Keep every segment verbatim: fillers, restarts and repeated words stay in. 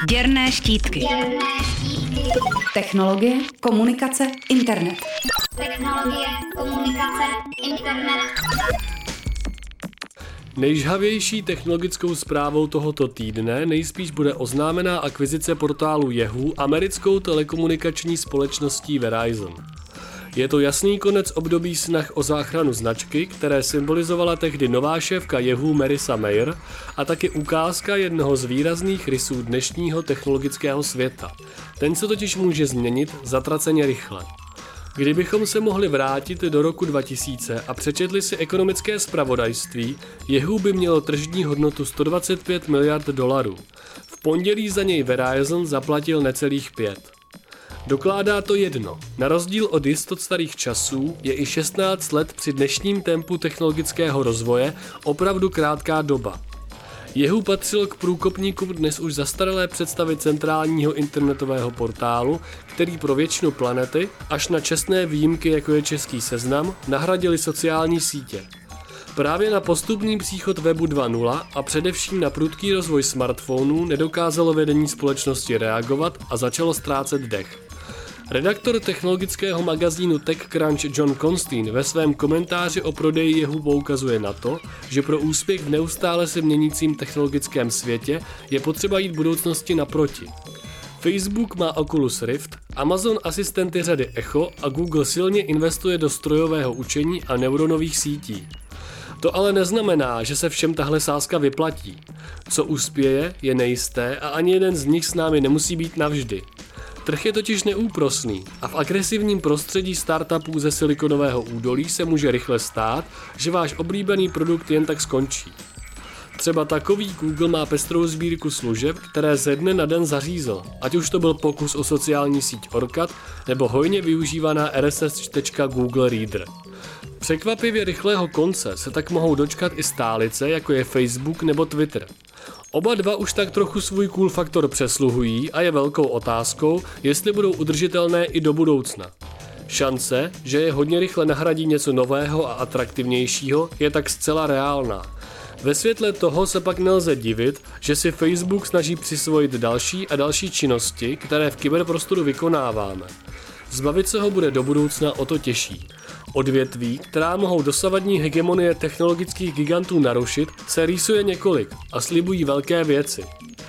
Děrné štítky. Děrné štítky. Technologie, komunikace, internet. Technologie, komunikace, internet. Nejžhavější technologickou zprávou tohoto týdne nejspíš bude oznámená akvizice portálu Yahoo americkou telekomunikační společností Verizon. Je to jasný konec období snah o záchranu značky, které symbolizovala tehdy nová šéfka Yahoo Marissa Mayer a taky ukázka jednoho z výrazných rysů dnešního technologického světa. Ten se totiž může změnit zatraceně rychle. Kdybychom se mohli vrátit do roku dva tisíce a přečetli si ekonomické zpravodajství, Yahoo by mělo tržní hodnotu sto dvacet pět miliard dolarů. V pondělí za něj Verizon zaplatil necelých pět. Dokládá to jedno. Na rozdíl od jistot starých časů je i šestnáct let při dnešním tempu technologického rozvoje opravdu krátká doba. Yahoo patřilo k průkopníkům dnes už zastaralé představy centrálního internetového portálu, který pro většinu planety, až na čestné výjimky jako je český Seznam, nahradili sociální sítě. Právě na postupný příchod webu dva tečka nula a především na prudký rozvoj smartphonů nedokázalo vedení společnosti reagovat a začalo ztrácet dech. Redaktor technologického magazínu TechCrunch John Constantine ve svém komentáři o prodeji Yahoo poukazuje na to, že pro úspěch v neustále se měnícím technologickém světě je potřeba jít budoucnosti naproti. Facebook má Oculus Rift, Amazon asistenty řady Echo a Google silně investuje do strojového učení a neuronových sítí. To ale neznamená, že se všem tahle sázka vyplatí. Co uspěje, je nejisté a ani jeden z nich s námi nemusí být navždy. Trh je totiž neúprosný a v agresivním prostředí startupů ze Silikonového údolí se může rychle stát, že váš oblíbený produkt jen tak skončí. Třeba takový Google má pestrou sbírku služeb, které ze dne na den zařízl, ať už to byl pokus o sociální síť Orcat nebo hojně využívaná R S S čtečka Google Reader. Překvapivě rychlého konce se tak mohou dočkat i stálice, jako je Facebook nebo Twitter. Oba dva už tak trochu svůj cool faktor přesluhují a je velkou otázkou, jestli budou udržitelné i do budoucna. Šance, že je hodně rychle nahradí něco nového a atraktivnějšího, je tak zcela reálná. Ve světle toho se pak nelze divit, že si Facebook snaží přisvojit další a další činnosti, které v kyberprostoru vykonáváme. Zbavit se ho bude do budoucna o to těžší. Odvětví, která mohou dosavadní hegemonie technologických gigantů narušit, se rýsuje několik a slibují velké věci.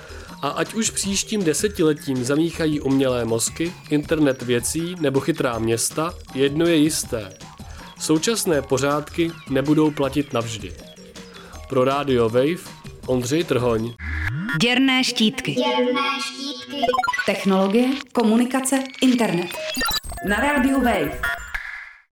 A ať už příštím desetiletím zamíchají umělé mozky, internet věcí nebo chytrá města, jedno je jisté. Současné pořádky nebudou platit navždy. Pro Radio Wave Ondřej Trhoň. Děrné štítky. Děrné štítky. Technologie, komunikace, internet. Na rádiu Wave.